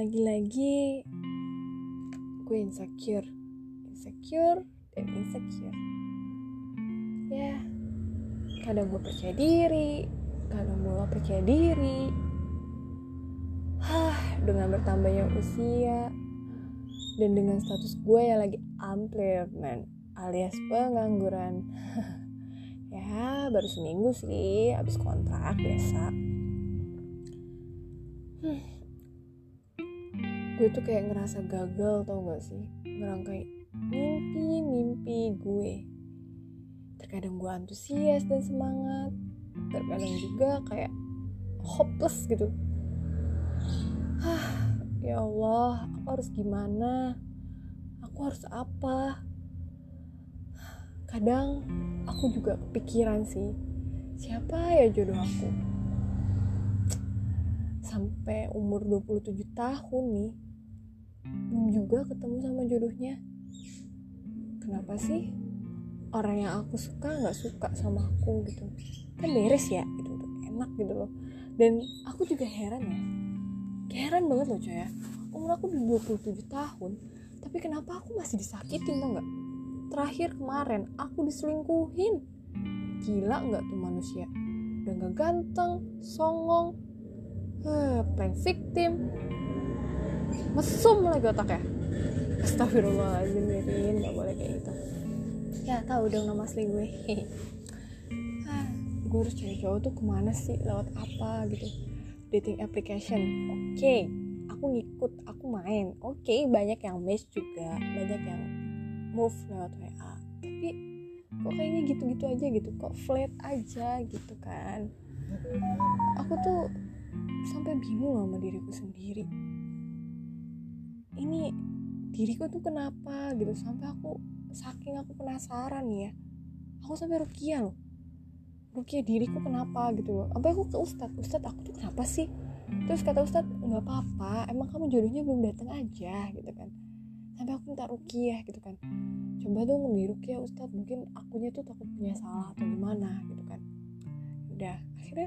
lagi-lagi gue insecure dan insecure. Ya, kadang gue percaya diri, kadang gue gak percaya diri. Dengan bertambahnya usia dan dengan status gue yang lagi unemployment alias pengangguran. Ya, baru seminggu sih habis kontrak biasa. Gue tuh kayak ngerasa gagal, tau gak sih? Ngerangkai mimpi gue. Terkadang gue antusias dan semangat, terkadang juga kayak hopeless gitu. Ya Allah, aku harus gimana? Aku harus apa? Kadang aku juga kepikiran sih, siapa ya jodoh aku? Sampai umur 27 tahun nih, belum juga ketemu sama jodohnya. Kenapa sih orang yang aku suka gak suka sama aku gitu? Kan beres ya, gitu enak gitu loh. Dan aku juga heran banget loh coy ya. Umur aku udah 27 tahun, tapi kenapa aku masih disakitin tau gak? Terakhir kemarin aku diselingkuhin. Gila gak tuh manusia? Udah gak ganteng, songong, playing victim, mesum lagi otaknya. Astagfirullahaladzim, Mirin, gak boleh kayak gitu. Ya tahu dong nama asli gue. Gue harus cari cowok tuh kemana sih, lewat apa gitu? Dating application, oke, aku ngikut, aku main, oke, banyak yang match juga, banyak yang move lewat WA, tapi kok kayaknya gitu-gitu aja gitu, kok flat aja gitu kan. Aku tuh sampai bingung sama diriku sendiri, ini diriku tuh kenapa gitu, sampai aku saking aku penasaran ya, aku sampai rukiah diriku kenapa gitu loh. Sampai aku ke Ustadz aku tuh kenapa sih? Terus kata Ustadz, nggak apa-apa, emang kamu jodohnya belum datang aja gitu kan. Sampai aku minta rukiah gitu kan, coba dong di rukiah Ustadz, mungkin akunya tuh takut punya salah atau gimana gitu kan. Udah, akhirnya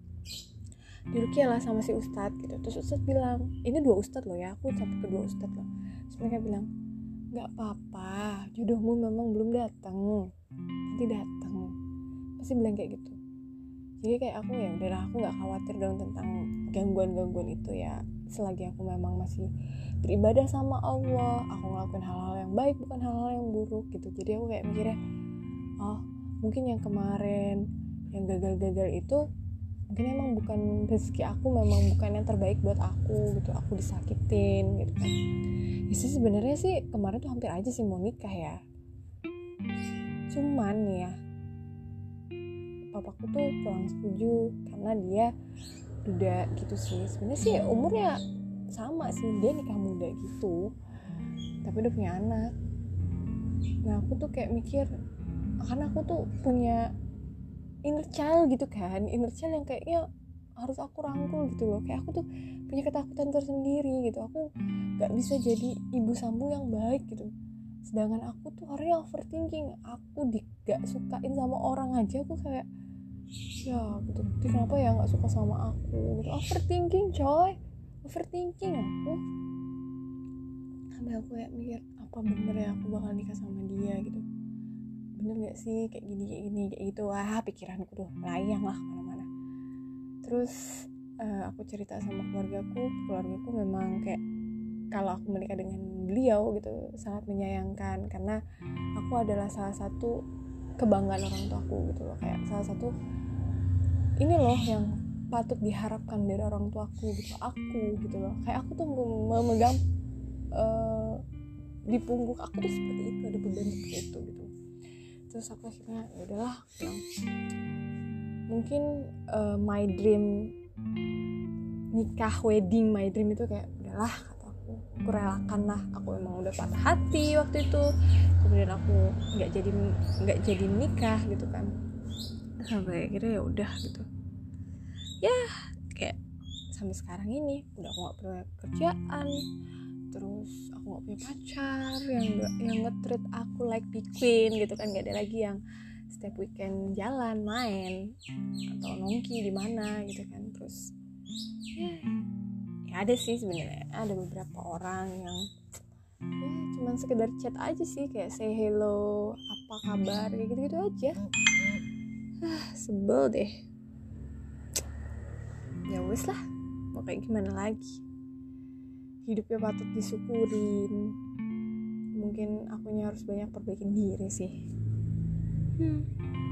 di rukiah lah sama si Ustadz gitu. Terus Ustadz bilang, ini 2 Ustadz loh ya, aku sampai ke 2 Ustadz loh. Terus mereka bilang, nggak apa-apa, jodohmu memang belum datang, nanti datang. Pasti bilang kayak gitu. Jadi kayak aku ya udahlah, aku nggak khawatir dong tentang gangguan itu ya, selagi aku memang masih beribadah sama Allah, aku ngelakuin hal-hal yang baik bukan hal-hal yang buruk gitu. Jadi aku kayak mikirnya, oh mungkin yang kemarin yang gagal itu mungkin emang bukan rezeki aku, memang bukan yang terbaik buat aku gitu, aku disakitin gitu kan. Ya sih sebenarnya sih kemarin tuh hampir aja sih mau nikah ya, cuman nih ya papaku tuh kurang setuju karena dia udah gitu sih. Sebenarnya sih umurnya sama sih, dia nikah muda gitu, tapi udah punya anak. Nah aku tuh kayak mikir, karena aku tuh punya inner child gitu kan, inner child yang kayaknya harus aku rangkul gitu loh. Kayak aku tuh punya ketakutan tersendiri gitu, aku gak bisa jadi ibu sambung yang baik gitu. Sedangkan aku tuh orangnya overthinking, aku gak sukain sama orang aja aku kayak ya gitu, kenapa ya nggak suka sama aku gitu. Overthinking aku sampai aku kayak mikir, apa bener ya aku bakal nikah sama dia gitu, bener nggak sih kayak gini kayak gitu. Pikiranku tuh layang lah kemana-mana. Terus aku cerita sama keluargaku memang kayak kalau aku menikah dengan beliau gitu sangat menyayangkan, karena aku adalah salah satu kebanggaan orang tuaku gitu loh, kayak salah satu ini loh yang patut diharapkan dari orang tuaku gitu, aku gitu loh. Kayak aku tuh memegang di pungguk aku tuh seperti itu, ada beban seperti itu gitu. Terus aku akhirnya ya udahlah, mungkin my dream nikah wedding, my dream itu kayak udahlah, kata aku relakan lah. Aku emang udah patah hati waktu itu, kemudian aku nggak jadi nikah gitu kan. Sampai akhirnya ya udah gitu ya, kayak sampai sekarang ini udah aku nggak punya kerjaan, terus aku nggak punya pacar yang nge-treat aku like big queen gitu kan. Nggak ada lagi yang setiap weekend jalan main atau nongki di mana gitu kan. Terus ya ada sih sebenarnya, ada beberapa orang yang ya cuman sekedar chat aja sih, kayak say hello, apa kabar, kayak gitu-gitu aja. Sebel deh. Ya wes lah, mau kayak gimana lagi, hidupnya patut disyukurin. Mungkin akunya harus banyak perbaikin diri sih.